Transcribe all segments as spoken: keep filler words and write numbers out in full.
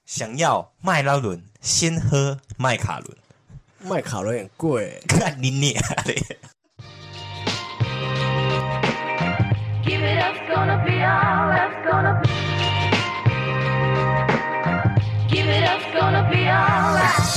想要迈拉伦，先喝麦卡伦。 麦卡伦很贵， 看你娘嘞！ Give it up, it's gonna be alright, it's gonna be. Give it up, it's gonna be alright.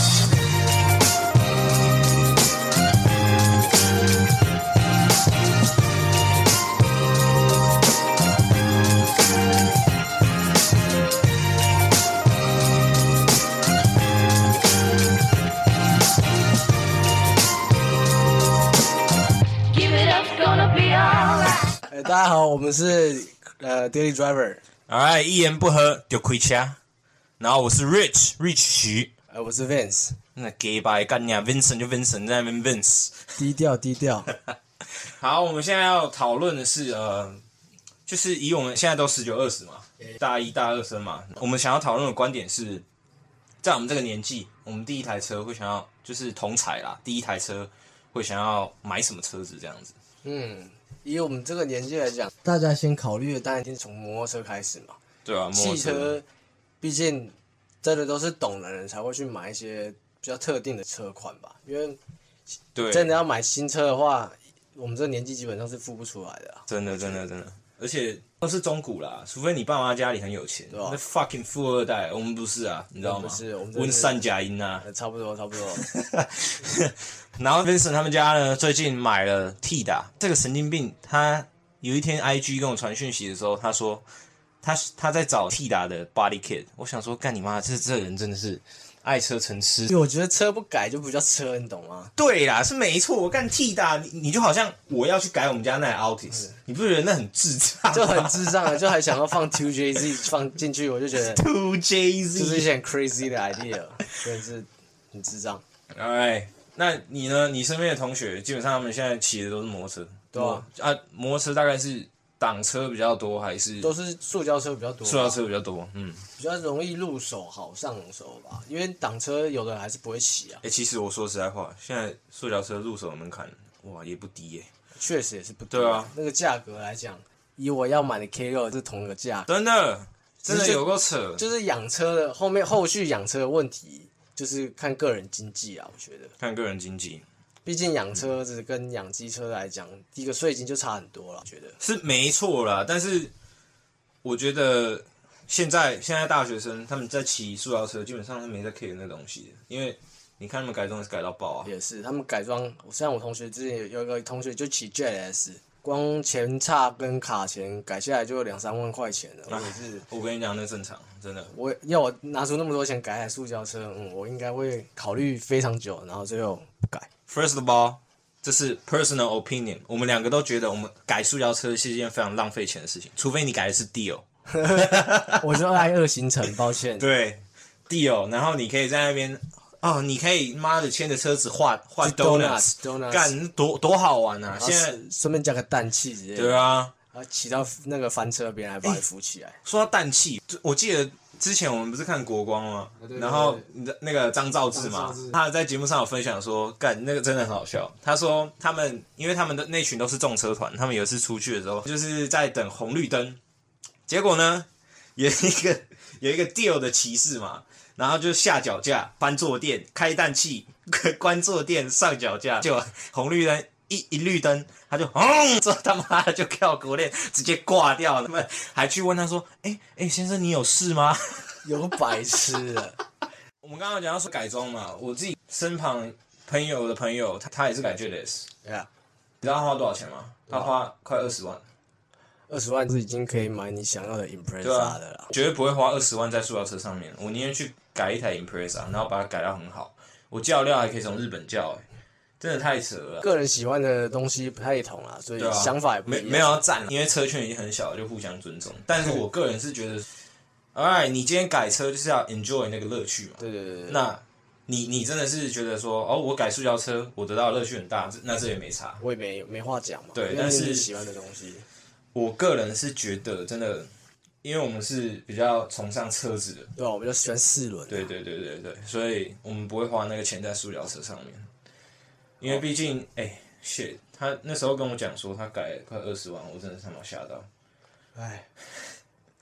Give it up, it's gonna be alright. 哎，大家好，我们是呃 Daily Driver， 哎，一言不合就开车。然后我是 Rich Rich 徐， 呃，我是 Vince， 那 gay 吧干你啊 Vincent 就 Vincent 在那边 Vince。 低调低调。 好，我们现在要讨论的是呃，就是以我们现在都十九二十嘛，大一大二生嘛，我们想要讨论的观点是，在我们这个年纪，我们第一台车会想要就是同彩啦，第一台车会想要买什么车子这样子。 嗯，以我们这个年纪来讲，大家先考虑的当然一定是从摩托车开始嘛。 对啊，摩托汽车毕竟真的都是懂的人才会去买一些比较特定的车款吧，因为对， 真的要买新车的话，我们这个年纪基本上是付不出来的啦。 真的真的真的，而且都是中古啦，除非你爸妈家里很有钱， 对啊那 fucking 富二代，我们不是啊，你知道吗？ 不是，我们真的是温善假音啊。 呃差不多差不多。 然后 Vincent 他们家呢，最近买了 Tida， 这个神经病，他有一天 I G 跟我传讯息的时候，他说他他在找 Tida 的 body kit， 我想说干你妈，这这人真的是爱车成痴。 因为我觉得车不改就不叫车，你懂吗？ 对啦，是没错。我干 Tida，你你就好像我要去改我们家那台 Altis，、嗯、你不觉得那很智障？ 就很智障的，就还想要放 two J Z 放进去，我就觉得 two J Z 就是一些很 crazy 的 idea， 真的是很智障。 哎，那你呢？你身边的同学基本上他们现在骑的都是摩托车， 对啊， 啊，摩托车大概是挡车比较多，还是都是塑胶车比较多？ 塑胶车比较多，嗯， 比较容易入手，好上手吧。因为挡车有的人还是不会骑啊。 哎、欸，其实我说实在话，现在塑胶车入手的门槛，哇，也不低耶、欸。 确实也是不低。 对啊， 那个价格来讲，以我要买的 K 六是同一个价格。 真的，真的有够扯。 就是养车的后面后续养车的问题。就是看个人经济啊，我觉得看个人经济， 毕竟养车子跟养机车来讲，第一个税金就差很多了，我觉得是没错啦。但是我觉得现在现在大学生他们在骑塑料车，基本上是没在 care 那东西的，因为你看他们改装是改到爆啊。 也是，他们改装，像我同学之前有一个同学就骑 Jet S。光前叉跟卡钳改下来就有两三万块钱了，我也是。 我跟你讲，那正常，真的。 我要我拿出那么多钱改台塑胶车，嗯，我应该会考虑非常久，然后最后不改。 First of all， 这是 personal opinion， 我们两个都觉得我们改塑胶车是一件非常浪费钱的事情，除非你改的是 deal。 我就爱二行程，抱歉。 对 deal， 然后你可以在那边。哦，你可以妈的牵着车子画画 donuts， 干多多好玩啊！现在顺便加个氮气之类的。 对啊， 然后骑到那个翻车，别人还把你扶起来。 说到氮气，我记得之前我们不是看国光吗？ 对对对， 然后那个张兆志嘛，他在节目上有分享说，干那个真的很好笑。他说他们因为他们的那群都是重车团，他们有一次出去的时候，就是在等红绿灯，结果呢有一个有一个 deal 的骑士嘛。然后就下脚架、翻坐垫、开氮气、关坐垫、上脚架，就红绿灯一一绿灯，他就轰，这他妈的就跳国链，直接挂掉了。他们还去问他说：“哎、欸、哎、欸，先生，你有事吗？” 有个白痴的。 我们刚刚讲到说改装嘛，我自己身旁朋友的朋友，他他也是改 J S， 对啊， 你知道他花多少钱吗？他花快二十万。 二十万是已经可以买你想要的 Impreza 的了、啊， 绝对不会花二十万在塑料车上面。我宁愿去改一台 Impreza， 然后把它改到很好。我叫料还可以从日本叫、欸，真的太扯了。 个人喜欢的东西不太同啦，所以想法也不一样。 没没有要赞，因为车圈已经很小，就互相尊重。但是我个人是觉得，alright， 你今天改车就是要 enjoy 那个乐趣嘛。 对对对对。 那你你真的是觉得说，哦，我改塑胶车，我得到的乐趣很大，那这也没差。 我也没没话讲嘛。 对，但是喜欢的东西。 我个人是觉得真的，因为我们是比较崇尚车子的， 对啊，我比较喜欢四轮、啊。 对对对对对，所以我们不会花那个钱在塑料车上面，因为毕竟，哎、欸、，shit， 他那时候跟我讲说他改快二十万，我真的他妈吓到。 哎，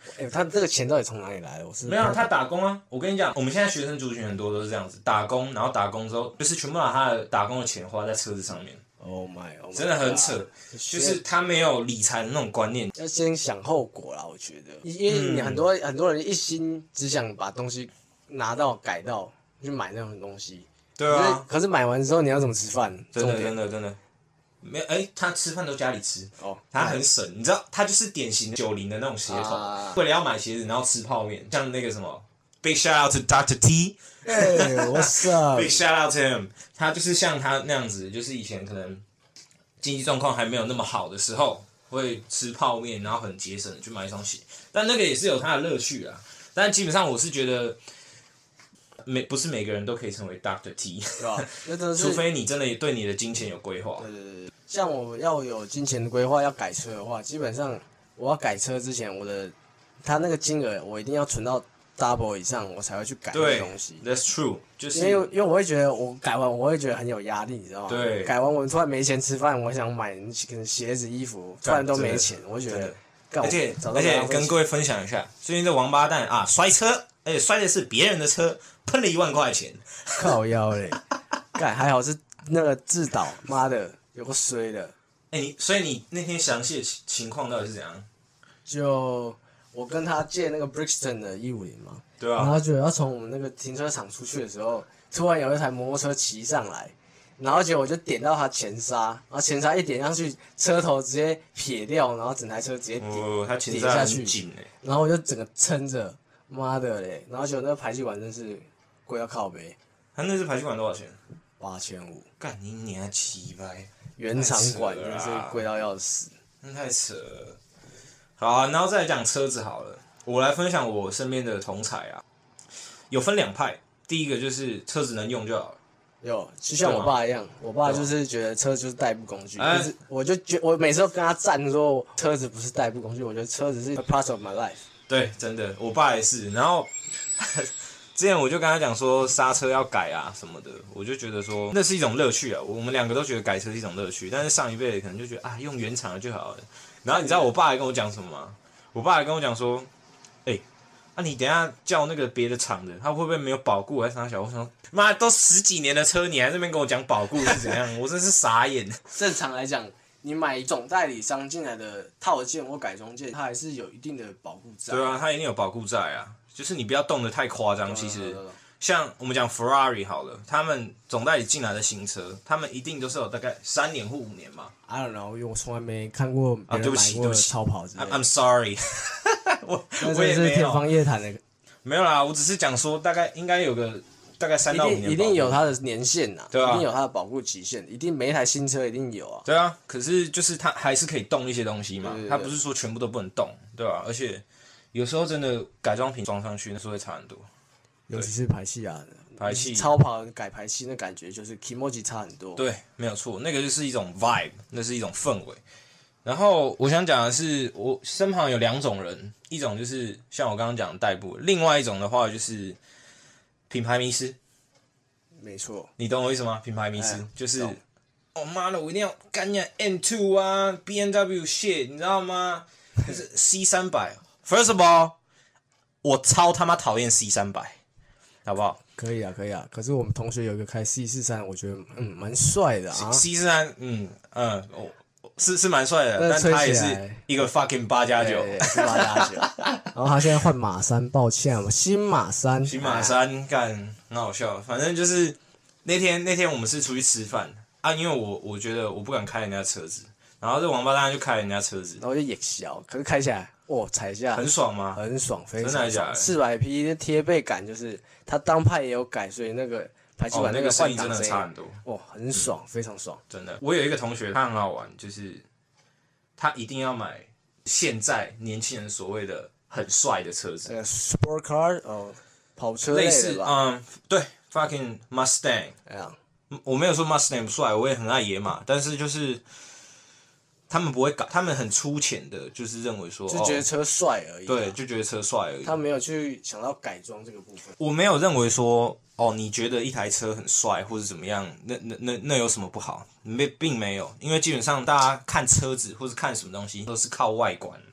哎、欸，他这个钱到底从哪里来的？我是没有，他打工啊。我跟你讲，我们现在学生族群很多都是这样子，打工，然后打工之后就是全部把他的打工的钱花在车子上面。 Oh my，, oh my 真的很扯，就是他没有理财的那种观念， 要先想后果啦。我觉得，因为你很多、嗯、很多人一心只想把东西拿到改到去买那种东西， 对啊。 可是可是买完之后你要怎么吃饭？ 真的真的真的，没哎、欸，他吃饭都家里吃， 哦， 他很省，你知道，他就是典型的九零的那种鞋头，啊、为了要买鞋子，然后吃泡面，像那个什么 ，Big shout out to Doctor T。 哎、欸，我操 ！Big shout out to him， 他就是像他那样子，就是以前可能经济状况还没有那么好的时候，会吃泡面，然后很节省的去买一双鞋。但那个也是有他的乐趣啦。但基本上我是觉得，每不是每个人都可以成为 Doctor T， 对吧？那真的是， 除非你真的对你的金钱有规划。 对对对，像我要有金钱的规划，要改车的话，基本上我要改车之前，我的他那个金额我一定要存到double 以上，我才会去改这个东西。 That's true， 就是因为因为我会觉得我改完我会觉得很有压力，你知道吗？ 对， 改完我突然没钱吃饭，我想买可能鞋子、衣服，突然都没钱，我觉得。 而且而且跟各位分享一下，最近这王八蛋啊摔车，而且摔的是别人的车，喷了一万块钱， 靠腰嘞！干还好是那个自导，妈的有个衰的。 哎、欸，你所以你那天详细的情况到底是怎样？ 就。我跟他借那个 Brixton 的一五零嘛， 对啊， 然后他就要从我们那个停车场出去的时候，突然有一台摩托车骑上来，然后结果我就点到他前刹，然后前刹一点上去，车头直接撇掉，然后整台车直接跌、 哦、他前刹很紧欸， 然后我就整个撑着，妈的嘞，然后结果那个排气管真是贵到靠北。 他那支排气管多少钱？ 八千五。 干你娘鸡掰！ 原厂管真是贵到要死， 那太扯了。好啊，然后再来讲车子好了。我来分享我身边的同侪啊，有分两派。第一个就是车子能用就好了。 有，就像我爸一样，我爸就是觉得车就是代步工具。 哎、 可是我就觉，我每次都跟他赞说，车子不是代步工具，我觉得车子是 a part of my life。 对，真的，我爸也是。然后之前我就跟他讲说刹车要改啊什么的，我就觉得说那是一种乐趣啊。我们两个都觉得改车是一种乐趣，但是上一辈的可能就觉得啊用原厂的就好了。然后你知道我爸还跟我讲什么吗？我爸还跟我讲说，哎、欸，啊你等一下叫那个别的厂的，他会不会没有保固还是啥小？我说妈，都十几年的车，你还在那边跟我讲保固是怎样？我真是傻眼。 正常来讲，你买总代理商进来的套件或改装件，它还是有一定的保固在。 对啊，它一定有保固在啊，就是你不要动得太夸张。其实像我们讲 Ferrari 好了，他们总代理进来的新车，他们一定都是有大概三年或五年嘛。 I don't know， 因为我从来没看过别人买过超跑之类的。 I'm sorry， 我我也没有。 天方夜谭的。 没有啦，我只是讲说大概应该有个大概三到五年， 一定有它的年限呐， 对啊， 一定有它的保护期限，一定每一台新车一定有啊。 对啊，可是就是它还是可以动一些东西嘛， 对对对， 它不是说全部都不能动，对吧、啊？而且有时候真的改装品装上去，那时候会差很多， 尤其是排气啊。 排气超跑改排气那感觉就是 Kimoji 差很多。 对，没有错，那个就是一种 vibe， 那是一种氛围。然后我想讲的是，我身旁有两种人，一种就是像我刚刚讲的代步，另外一种的话就是品牌迷失。 没错， 你懂我意思吗？品牌迷失、哎、就是哦妈的，我一定要干呀 M 二 啊 ，B M W shit， 你知道吗？就是 C 三百。First of all， 我超他妈讨厌 C 三百，好不好？ 可以啊，可以啊。可是我们同学有一个开 C 四三，我觉得嗯蛮帅的啊。 C 四三，嗯嗯，哦，是是蛮帅的，但他也是一个 fucking 八加九， 是八加九。然后他现在换马三，抱歉，我新马三， 新马三干很好笑。反正就是那天那天我们是出去吃饭啊，因为我我觉得我不敢开人家车子，然后这王八蛋就开人家车子， 然后就也小，可是开起来。哇，踩下很爽吗？ 很爽，非常爽。真的假的？ 四百匹的贴背感就是它当派也有改，所以那个排气管那个换挡声音真的差很多。 哇，很爽，嗯、非常爽。 真的，我有一个同学，他很好玩，就是他一定要买现在年轻人所谓的很帅的车子。 呃 ，sport car 哦，跑车类的吧？ 嗯，对 ，fucking Mustang。 哎呀， 我没有说 Mustang 不帅，我也很爱野马，但是就是。他们不会搞，他们很粗浅的，就是认为说， 就觉得车帅而已、啊哦。对，就觉得车帅而已。 他没有去想到改装这个部分。 我没有认为说，哦，你觉得一台车很帅或者怎么样，那那那那有什么不好？没，并没有，因为基本上大家看车子或是看什么东西都是靠外观。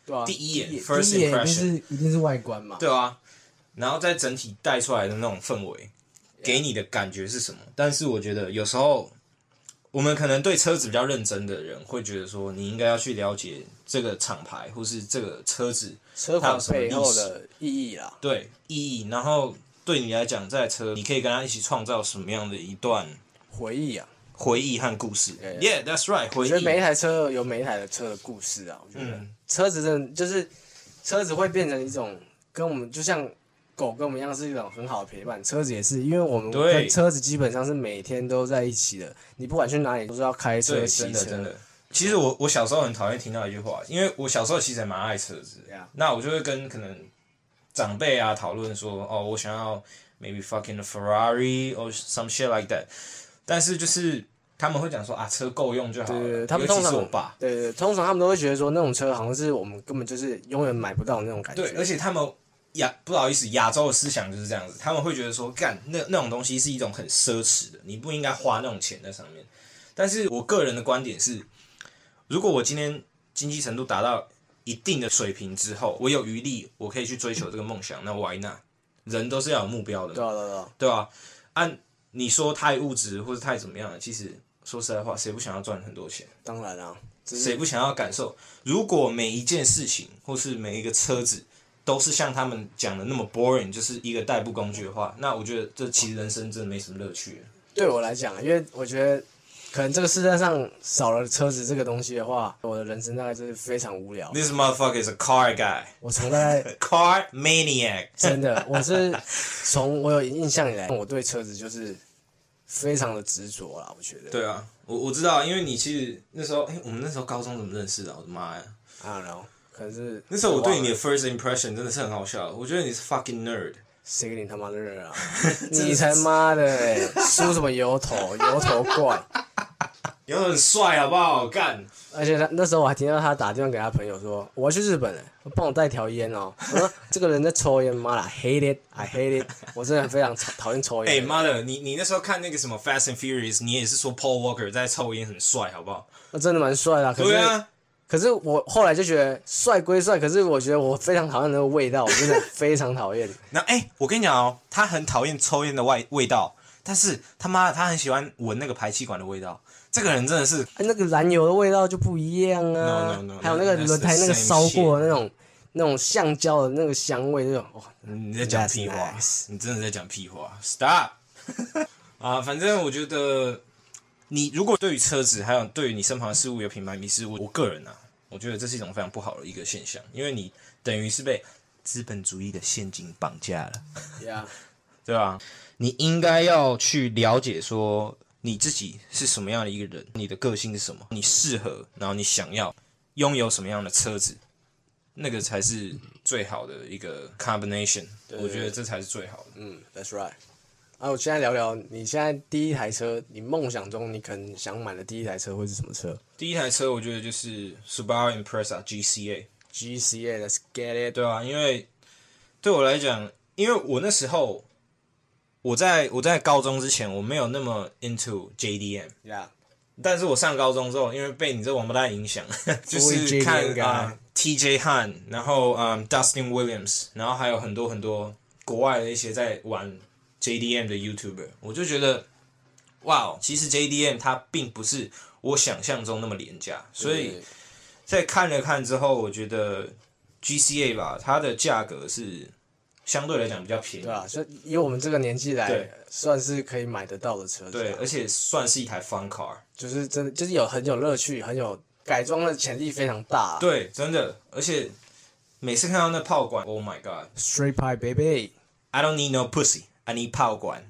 对啊， 第一眼第一 first 第一眼一定 impression， 是一定是外观嘛， 对啊，然后再整体带出来的那种氛围，给你的感觉是什么？但是我觉得有时候我们可能对车子比较认真的人会觉得说，你应该要去了解这个厂牌或是这个车子车款它有什么背后历史的意义啦， 对意义，然后对你来讲，这台车你可以跟他一起创造什么样的一段回忆啊。 回忆和故事 Yeah, ？Yeah, that's right，回忆。 我觉得每一台车有每一台的车的故事啊，我觉得、 嗯车子真的就是车子会变成一种跟我们就像狗跟我们一样是一种很好的陪伴，车子也是，因为我们对跟车子基本上是每天都在一起的，你不管去哪里都是要开车对， 骑车真的真的。其实我我小时候很讨厌听到一句话，因为我小时候其实还蛮爱车子的 Yeah. 那我就会跟可能长辈啊讨论说，哦，我想要 maybe fucking a Ferrari or some shit like that，但是就是他们会讲说啊，车够用就好了， 对对，他们尤其通常是我爸， 对对，通常他们都会觉得说那种车好像是我们根本就是永远买不到的那种感觉。 对，而且他们亚不好意思，亚洲的思想就是这样子，他们会觉得说，干那那种东西是一种很奢侈的，你不应该花那种钱在上面。但是我个人的观点是，如果我今天经济程度达到一定的水平之后，我有余力，我可以去追求这个梦想，那 why not？人都是要有目标的， 对啊对啊对啊， 对吧、啊？按你说太物质或者太怎么样的，其实说实在话，谁不想要赚很多钱？ 当然啊，只是谁不想要感受？如果每一件事情或是每一个车子都是像他们讲的那么 boring， 就是一个代步工具的话，那我觉得这其实人生真的没什么乐趣。 对我来讲，因为我觉得可能这个世界上少了车子这个东西的话，我的人生大概就是非常无聊。 This motherfucker is a car guy, 我从大概 car maniac。 真的，我是从我有印象以来，我对车子就是非常的执着啦。我觉得， 对啊，我我知道，因为你其实那时候，哎、我们那时候高中怎么认识的？我的妈呀！ I don't know，可能是那时候我对你的 first impression 真的是很好笑，我觉得你是 fucking nerd。 谁给你他妈的热啊？你才妈的哎、欸，梳什么油头，油头怪！ 有很帅好不好？干！ 而且他那时候我还听到他打电话给他朋友说，我要去日本了，帮我带条烟哦。我说这个人在抽烟，妈的 I hate it，I hate it， 我真的非常讨厌抽烟。 哎妈的，你你那时候看那个什么 Fast and Furious， 你也是说 Paul Walker 在抽烟很帅，好不好？ 那真的蛮帅的、啊，可是、 对啊， 可是我后来就觉得帅归帅，可是我觉得我非常讨厌那个味道，我真的非常讨厌。 那哎、欸，我跟你讲哦，他很讨厌抽烟的味味道，但是他妈的他很喜欢闻那个排气管的味道。这个人真的是， 哎，那个燃油的味道就不一样啊 No, no, no, 还有那个 that's 轮胎 the 那个 same 烧过的那种那种橡胶的那个香味，那种哇， 你在讲屁话 That's nice 你真的在讲屁话 ，Stop 啊！反正我觉得，你如果对于车子还有对于你身旁的事物有品牌迷失，我我个人啊，我觉得这是一种非常不好的一个现象，因为你等于是被资本主义的陷阱绑架了。 呀， 对吧？你应该要去了解说你自己是什么样的一个人，你的个性是什么，你适合，然后你想要拥有什么样的车子，那个才是最好的一个 combination。我觉得这才是最好的。 嗯，That's right。啊，我现在聊聊你现在第一台车，你梦想中你可能想买的第一台车会是什么车第一台车我觉得就是 Subaru Impreza G C A。 ？G C A，Let's get it。 对啊，因为对我来讲，因为我那时候我在我在高中之前我没有那么 into J D M。 呀， 但是我上高中之后，因为被你这王八蛋影响，就 Fully 是看 J D M 啊、呃、T J Han， 然后嗯、呃、Dustin Williams， 然后还有很多很多国外的一些在玩 J D M 的 YouTuber， 我就觉得，哇，其实 J D M 它并不是我想象中那么廉价，所以在看了看之后，我觉得 G C A 吧，它的价格是相对来讲比较便宜， 对啊，就以我们这个年纪来对， 算是可以买得到的车子啊。 对，而且算是一台 fun car。 就是真的，就是有很有乐趣，很有改装的潜力非常大、啊。 对，真的，而且每次看到那炮管 ，Oh my God， ，Straight Pipe Baby， I don't need no pussy, I need 炮管。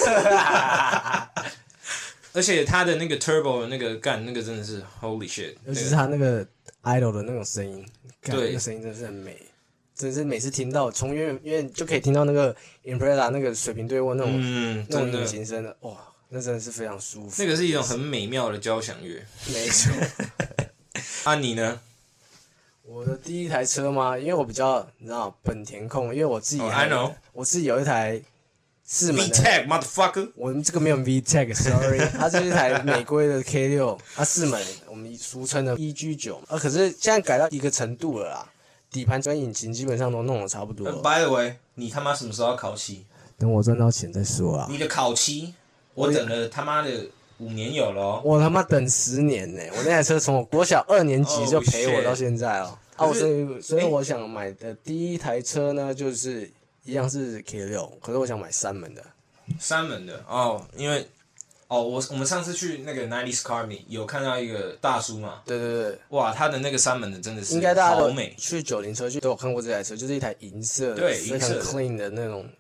而且它的那个 turbo 的那个干，那个真的是 Holy shit， 尤其是他那个 idol 的那种声音，干对那个声音真的是很美，真是每次听到，从远远就可以听到那个 Impreza 那个水平对握那种、 嗯，真的那种引，擎声的，哇，那真的是非常舒服。 那个是一种很美妙的交响乐。 没错。 啊，你呢？ 我的第一台车嘛，因为我比较你知道本田控，因为我自己、 Oh, I know 我自己有一台四门的 V-Tech motherfucker。 我们这个没有 V-Tech，sorry， 它是一台美规的 K 六，它四门，我们俗称的 E G 九啊，可是现在改到一个程度了啦， 底盘跟引擎基本上都弄得差不多了。 By the way， 你他妈什么时候要烤漆？ 等我赚到钱再说啊！ 你的烤漆，我等了他妈的五年有了哦。 我他妈等十年呢、我那台车从我国小二年级就陪我 Oh, shit. 到现在哦。啊，我所以所以我想买的第一台车呢，就是一样是 K 六，可是我想买三门的。 三门的哦，因为哦，我我们上次去那个 nineties Car Meet 有看到一个大叔嘛， 对对对， 哇，他的那个三门的真的是应该大家都好美， 去九零车区都有看过这台车，就是一台银色的， 对非常银色的 clean 的那种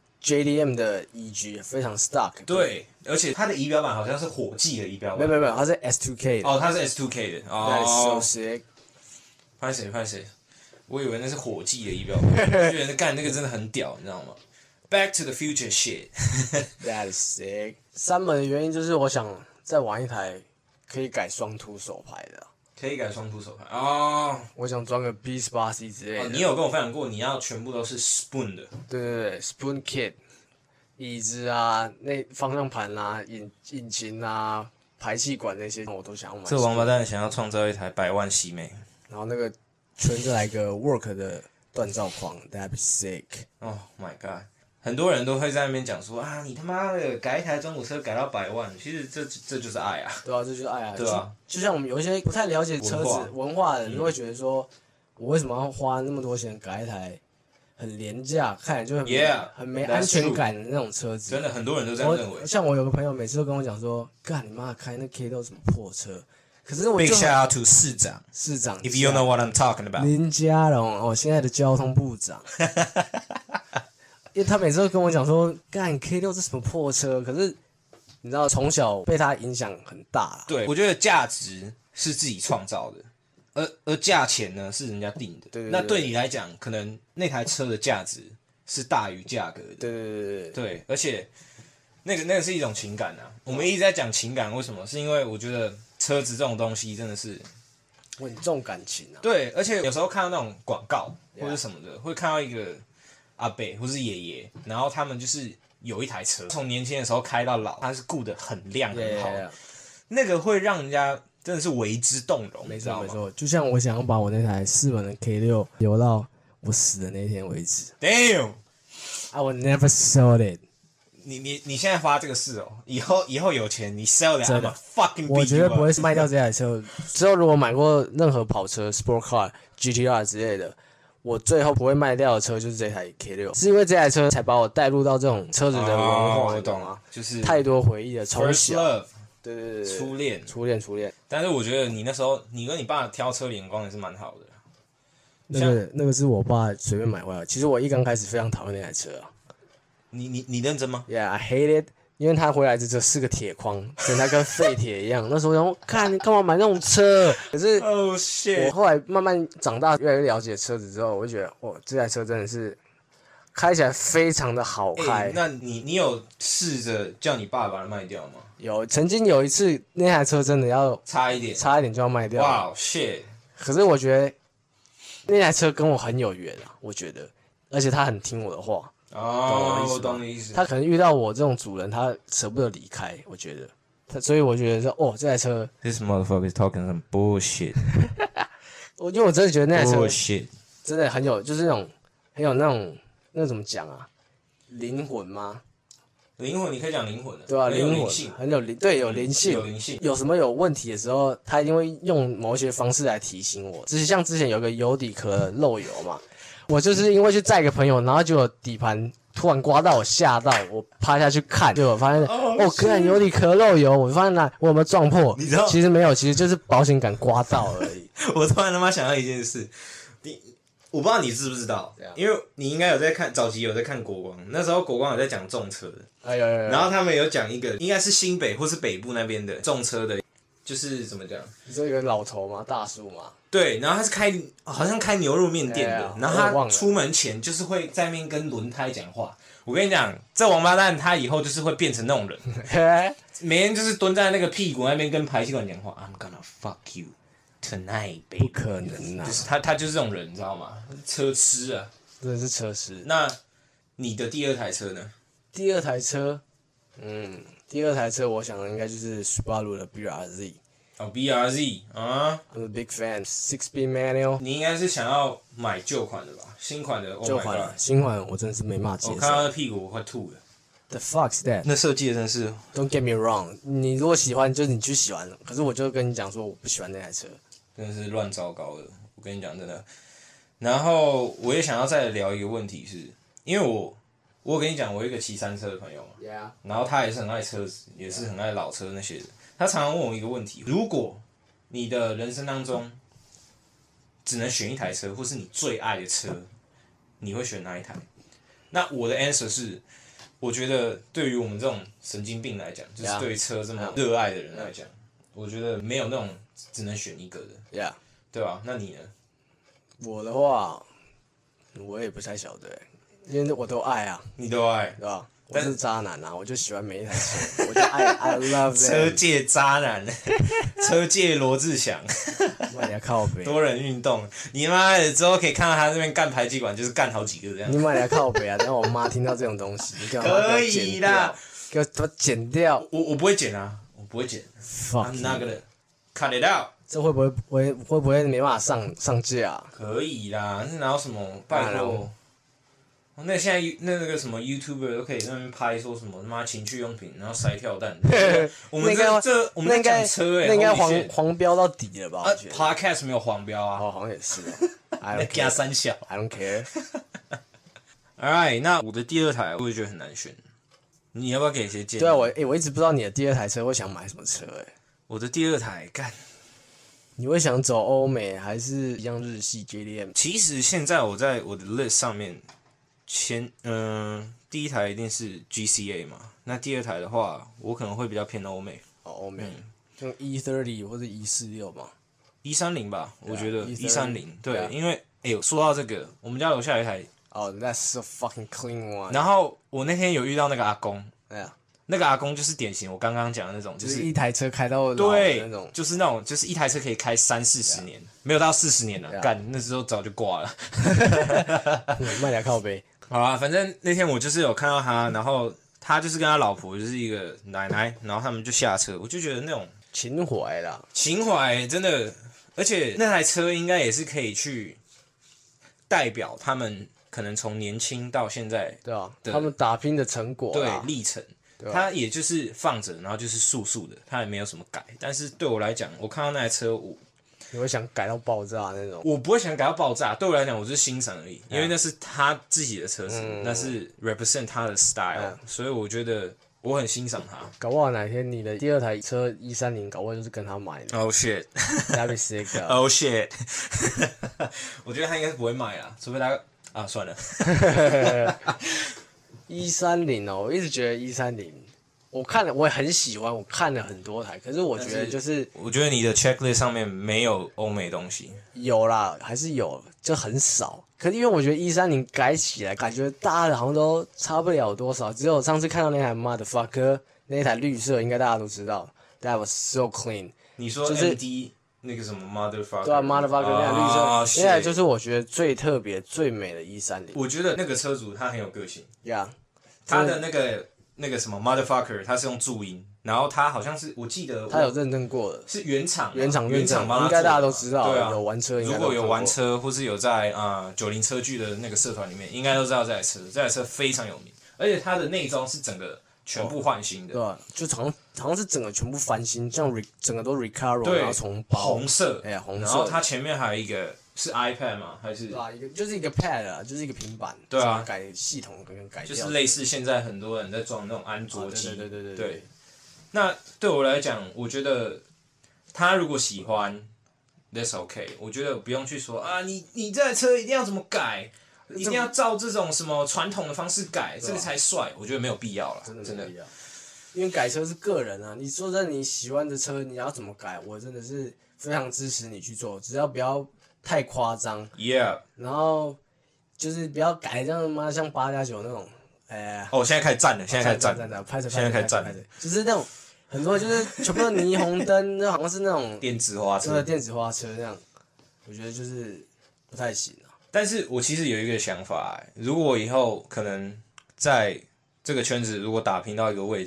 J D M 的 E G， 非常 stock。 对，而且它的仪表板好像是火计的仪表板， 没有没有没有，它是 S 二 K 的。 哦，它是 S 二 K 的 ，That is so 哦， sick。 拍谁拍谁，我以为那是火计的仪表板，觉得干那个真的很屌，你知道吗？Back to the Future shit 。 That is sick。三门的原因就是我想再玩一台可以改双凸手排的， 可以改双凸手排哦。 我想装个 B 十八 C 之类的。 哦，你有跟我分享过，你要全部都是 spoon 的。 对对对 ，Spoon Kit， 椅子啊、那方向盘啊、引引擎啊、排气管那些我都想要买。 这王八蛋想要创造一台百万喜美。 然后那个圈再来个 Work 的锻造框 ，That be sick。 Oh my god！ 很多人都会在那边讲说啊，你他妈的改一台中古车改到百万，其实这这就是爱啊。 对啊，这就是爱啊。 对啊就，就像我们有一些不太了解车文化子文化的人，就会觉得说，我为什么要花那么多钱改一台很廉价、看起来就很没 Yeah， 很没 that's 安全感的那种车子？ 真的很多人都这样认为我。像我有个朋友，每次都跟我讲说，干你妈开那 K 六什么破车？可是我 Big 就 shout out to 市长市长 ，If you know what I'm talking about。 林佳龙哦，现在的交通部长。因为他每次都跟我讲说，干 K 六这什么破车？可是你知道，从小被他影响很大啦。 对，我觉得价值是自己创造的，而而价钱呢是人家定的。 对对对那对你来讲，可能那台车的价值是大于价格的。 对对对对对， 对，而且那个那个是一种情感啊。我们一直在讲情感，为什么？是因为我觉得车子这种东西真的是我很重感情啊。 对，而且有时候看到那种广告 Yeah. 或者什么的，会看到一个阿伯或是爷爷，然后他们就是有一台车，从年轻的时候开到老，他是顾得很亮很好 Yeah, yeah, yeah. 那个会让人家真的是为之动容， 没你知道吗错没错，就像我想要把我那台四门的 K 六留到我死的那一天为止。 ？Damn！ I will never sell it。 你你你现在发这个誓哦，以后以后有钱你 sell 真 it 的 I'm fucking 我 beat 绝 you 对不会 up 卖掉这台车。之后如果买过任何跑车、Sport Car、G T R 之类的，我最后不会卖掉的车就是这台 K 六，是因为这台车才把我带入到这种车子的文化， 哦我你懂吗懂了？，就是太多回忆了，从 first 小， love 对对对对， 初恋， 初恋初恋， 但是我觉得你那时候你跟你爸挑车的眼光也是蛮好的。 那个那个是我爸随便买回来的。其实我一刚开始非常讨厌那台车啊你你你认真吗？ ，Yeah I hate it。因为他回来就只有四个铁框，整台跟废铁一样。那时候我想说，看你干嘛买那种车？可是哦、 我 shit！ 后来慢慢长大，越来越了解车子之后，我就觉得，哇，这台车真的是开起来非常的好开。 欸那你你有试着叫你爸把它卖掉吗？ 有曾经有一次，那台车真的要差一点。 差一点就要卖掉了。 哇、shit！ 可是我觉得那台车跟我很有缘啊，我觉得，而且他很听我的话。 哦，我懂我意思吗懂你意思。 他可能遇到我这种主人，他舍不得离开。我觉得，他所以我觉得说，哦，这台车， This motherfucker is talking some bullshit. 我因为我真的觉得那台车 Bullshit. 真的很有，就是那种很有那种那怎么讲啊，灵魂吗？ 灵魂，你可以讲灵魂的， 对吧、啊？ 很有灵魂灵性， 很有灵，对，有灵性， 有灵性。 有什么有问题的时候，他一定会用某一些方式来提醒我。只是像之前有个油底壳漏油嘛，我就是因为去载个朋友，然后结果底盘突然刮到我，吓到我趴下去看，结果发现哦哦，居然油底壳漏油，我发现那我有没有撞破？ 你知道其实没有，其实就是保险杆刮到而已。 我突然他妈想到一件事，你我不知道你知不知道怎样， 因为你应该有在看早期有在看国光，那时候国光有在讲重车的， 哎呦呦呦！ 然后他们有讲一个应该是新北或是北部那边的重车的，就是怎么讲？ 你说有个老头嘛，大叔嘛， 对，然后他是开好像开牛肉面店的哎呀， 然后我也忘了他出门前就是会在那边跟轮胎讲话。我跟你讲，这王八蛋他以后就是会变成那种人， 嘿， 每天就是蹲在那个屁股那边跟排气管讲话。I'm gonna fuck you tonight, 不 baby。 可能啊就！是他，他就是这种人，你知道吗？车痴啊。 真的是车师。 那你的第二台车呢？ 第二台车，嗯，第二台车我想应该就是 Subaru 的 B R Z。 哦 B R Z 啊， I'm a big fan. Six speed manual. 你应该是想要买旧款的吧？新款的 ，Oh 旧 my 款 god！ 新款我真的是没办法接我看到受。 那屁股我快吐了。 The fuck's that? 那设计的真是 Don't get me wrong. 你如果喜欢，就是你去喜欢。可是我就跟你讲说，我不喜欢那台车。 真的是乱糟糕的，我跟你讲真的。然后我也想要再聊一个问题是，因为我我有跟你讲，我有一个骑山车的朋友嘛， Yeah. 然后他也是很爱车子，也是很爱老车那些的。他常常问我一个问题：如果你的人生当中只能选一台车，或是你最爱的车，你会选哪一台？那我的 answer 是，我觉得对于我们这种神经病来讲，就是对于车这么热爱的人来讲，我觉得没有那种只能选一个的， Yeah. 对吧？那你呢？ 我的话，我也不太晓得、欸，因为我都爱啊， 你都爱对吧？我但是渣男啊，我就喜欢每一台车，我就爱 I love 车 it。 界渣男，车界罗志祥， 妈的靠北， 多人运动，你妈的之后可以看到他这边干排气管，就是干好几个这样你。买来靠北啊！等下我妈听到这种东西，你给我把它可以剪啦掉，给我把它剪掉。 我我不会剪啊，我不会剪 Fuck ，I'm you not gonna cut it out。 这会不会会会不会没办法上上架、啊？ 可以啦，那哪有什么拜当然托了？ 那现在那那个什么 YouTuber 都可以在那边拍说什么他妈情趣用品，然后塞跳蛋。我们那应该这这我们在那应该讲车哎、欸， 那应该 holy 黄 shit 黄标到底了吧？ 啊我觉得。 ，Podcast 没有黄标啊， 哦，好像也是哦。I 那 don't 加 care. 三小。 I don't care. Alright， 那我的第二台我也觉得很难选，你要不要给一些建议？ 对啊，我诶、我一直不知道你的第二台车会想买什么车诶、 我的第二台干， 你会想走欧美还是一样日系 J D M？ 其实现在我在我的 list 上面，前嗯、呃、第一台一定是 G C A 嘛，那第二台的话，我可能会比较偏欧美， 哦，欧美，像 E 三十或者 E 四六嘛。 一三零吧，我觉得 E 一三零对， 对啊因为哎、欸，说到这个，我们家楼下有一台， 哦、oh, ，That's so fucking clean one。 然后我那天有遇到那个阿公， 哎呀， 那个阿公就是典型我刚刚讲的那种，就就是是一台车开到老的对那种。 就是那种，就是一台车可以开三四十年，没有到四十年了， Yeah. 干那时候早就挂了。 卖俩靠背。 好啊，反正那天我就是有看到他，然后他就是跟他老婆就是一个奶奶，然后他们就下车，我就觉得那种情怀啦， 情怀真的，而且那台车应该也是可以去代表他们可能从年轻到现在对啊， 对他们打拼的成果对啦， 历程。 对啊它也就是放着，然后就是素素的，它也没有什么改。但是对我来讲，我看到那台车，我你会想改到爆炸那种。 我不会想改到爆炸。对我来讲，我就是欣赏而已，因为那是他自己的车子， 嗯那是 represent 他的 style，、 嗯所以我觉得我很欣赏他。 搞不好哪天你的第二台车一三零，搞不好就是跟他买的。 Oh shit！ That'd be sick 啊。 Oh shit！ 我觉得他应该是不会卖啦，除非他啊算了。 一三零哦，我一直觉得一三零，我看了我也很喜欢，我看了很多台，可是我觉得就是我觉得你的 checklist 上面没有欧美东西。 有啦，还是有，就很少。可是因为我觉得一三零改起来，感觉大家好像都差不了多少。只有上次看到那台 motherfucker 那一台绿色，应该大家都知道，That was so clean。 你说就是 M D 那个什么 motherfucker？ 对啊，motherfucker 那台绿啊色，那台就是我觉得最特别、最美的一三零。 我觉得那个车主他很有个性。 Yeah， 他的那个那个什么 motherfucker， 他是用注音，然后他好像是我记得他有认证过的， 是原厂原厂认证， 原厂帮他应该大家做的都知道。 对啊， 有玩车应该都如果有看过玩车或是有在啊九零车距的那个社团里面，应该都知道这台车，这台车非常有名，而且它的内装是整个全部换新的， 对吧？就好像好像是整个全部翻新，像 re, 整个都 Recaro， 对然后重包红色， 哎呀红色然后它前面还有一个是 iPad 嘛，还是对吧？一个就是一个 Pad 啊，就是一个平板， 对啊整个改系统跟改掉， 就是类似现在很多人在装那种安卓机， 啊对对对对对对那对我来讲，我觉得他如果喜欢 ，that's okay。我觉得不用去说啊，你你这台车一定要怎么改，一定要照这种什么传统的方式改，这个才帅。我觉得没有必要了， 真的真的没必要。因为改车是个人啊，你说真的你喜欢的车，你要怎么改，我真的是非常支持你去做，只要不要太夸张， ，Yeah。 然后就是不要改这样妈像八加九那种，哎、 哦，现在开始站了，现在开始站了， 站站，拍着现在开始站拍着，就是那种很多就是全部都霓虹灯，那好像是那种电子花真的车。 电子花车那样，我觉得就是不太行啊。 但是我其实有一个想法、欸，如果我以后可能在这个圈子如果打拼到一个位置，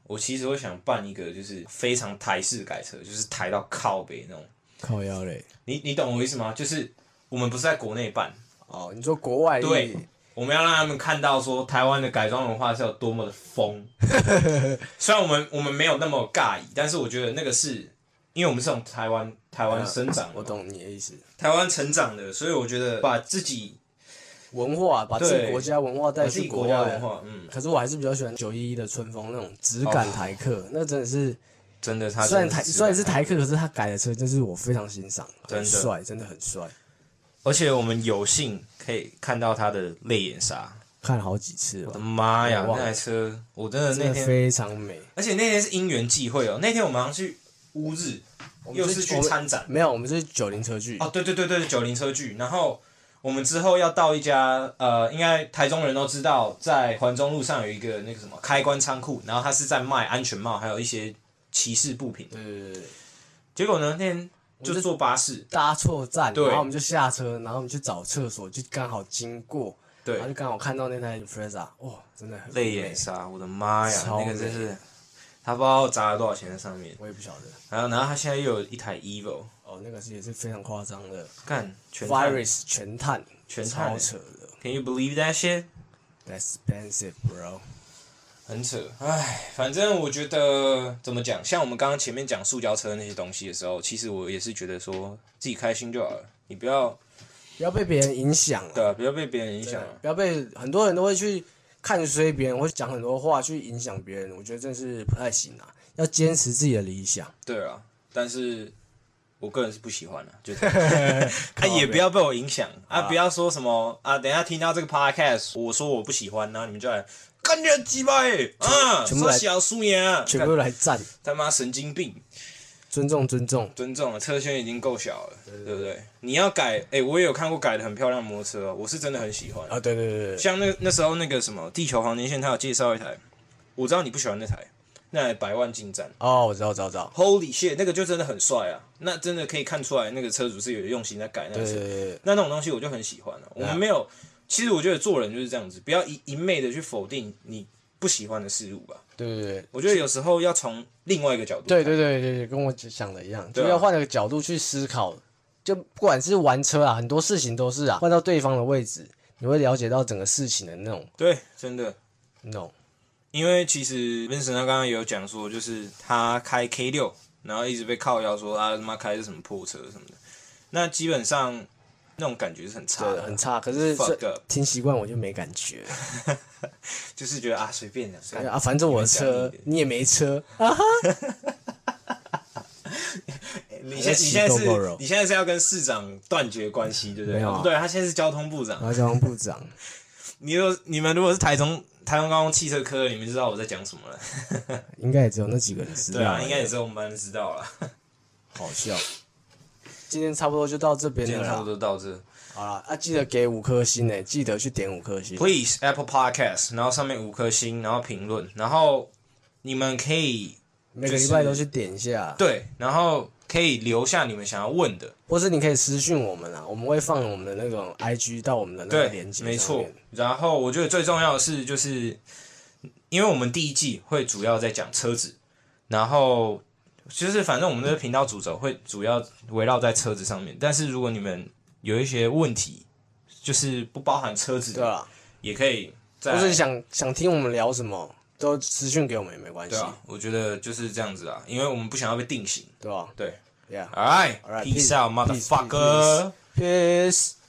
我其实会想办一个就是非常台式改车，就是台到靠北那种。 靠腰嘞。 你你懂我意思吗？就是我们不是在国内办哦，你说国外对，我们要让他们看到说台湾的改装文化是有多么的疯。虽然我们我们没有那么尬意，但是我觉得那个是因为我们是从台湾台湾生长的、 我懂你的意思。 台湾成长的，所以我觉得把自己文化，把自己国家文化带去国外。 家文化，嗯。 可是我还是比较喜欢九一一的春风那种质感台客，哦、那真的是真的他虽然台虽然是台客，可是他改的车就是我非常欣赏，很帅，真的很帅。 而且我们有幸可以看到他的泪眼刹， 看了好几次了。 我的妈呀，那台车我真的那天真的非常美， 而且那天是因缘际会哦。那天我们好像去乌日，又是去参展， 没有，我们是九零车聚。 哦，对对对对，九零车聚。然后我们之后要到一家呃，应该台中人都知道，在环中路上有一个那个什么开关仓库，然后他是在卖安全帽，还有一些骑士布品。 对对对。 结果呢，那天就坐巴士搭错站， 对， 然后我们就下车，然后我们去找厕所，就刚好经过， 对， 然后就刚好看到那台 Impreza， 哇，真的很泪眼刹，我的妈呀，那个真是，他不知道砸了多少钱在上面， 我也不晓得。 然后，然后他现在又有一台 Evo， 哦，那个是也是非常夸张的， 干全碳 Virus 全碳， 全碳， 超扯的。 Can you believe that shit? That's expensive, bro. 很扯，唉，反正我觉得怎么讲，像我们刚刚前面讲塑胶车那些东西的时候，其实我也是觉得说自己开心就好了，你不要不要被别人影响， 对啊，不要被别人影响， 不要被很多人都会去看衰别人，或者讲很多话去影响别人，我觉得真是不太行啊，要坚持自己的理想。 对啊，但是我个人是不喜欢的、啊，就是啊，也不要被我影响啊，不要说什么啊，等一下听到这个 podcast， 我说我不喜欢，然后你们就来。干你的鸡巴欸！啊， 全部来小素颜， 全部来站， 他妈神经病！ 尊重尊重尊重了，车圈已经够小了，对, 对不对？你要改，哎、欸，我也有看过改的很漂亮的摩托车、哦，我是真的很喜欢啊！对对对对， 像那那时候那个什么地球黄金线，他有介绍一台，我知道你不喜欢那台，那台百万进站哦，我知道我知道我知道 ，Holy shit， 那个就真的很帅啊！那真的可以看出来那个车主是有用心在改那个车， 对对对对那那种东西我就很喜欢了、啊。我们没有，其实我觉得做人就是这样子，不要一一昧的去否定你不喜欢的事物吧。 对对对， 我觉得有时候要从另外一个角度。 对对对对对，跟我想的一样，就要换个角度去思考。就不管是玩车啊，很多事情都是啊，换到对方的位置，你会了解到整个事情的那种。 对，真的那种。 因为其实 Vincent 他刚刚也有讲说，就是他开 K 六，然后一直被靠腰说啊他妈开的是什么破车什么的，那基本上那种感觉是很差的， 很差。可是听习惯我就没感觉， 就是觉得啊随便的啊，反正我的车你也没车啊哈。 你现你现在是你现在是要跟市长断绝关系，对不对？ 没有、啊， 对，他现在是交通部长。 他交通部长。 你如你们如果是台中台中高工汽车科，你们就知道我在讲什么了。 应该也只有那几个人知道。 对啊，应该也只有我们班知道了。 好笑。今天差不多就到这边了。 今天差不多到这。 好了啊，记得给五颗星诶，记得去点五颗星。 Please Apple Podcast， 然后上面五颗星，然后评论，然后你们可以、就是、 每个礼拜都去点一下。 对，然后可以留下你们想要问的， 或是你可以私讯我们啊，我们会放我们的那种 I G 到我们的那个连接。 没错。然后我觉得最重要的是，就是因为我们第一季会主要在讲车子，然后就是反正我们的频道主轴会主要围绕在车子上面。但是如果你们有一些问题，就是不包含车子的， 对啊， 也可以在。 或是想想听我们聊什么，都私讯给我们也没关系。 对啊，我觉得就是这样子啊，因为我们不想要被定型。 对吧？ 对 ，Yeah， All right, All right, peace peace, out, motherfucker. Peace. peace.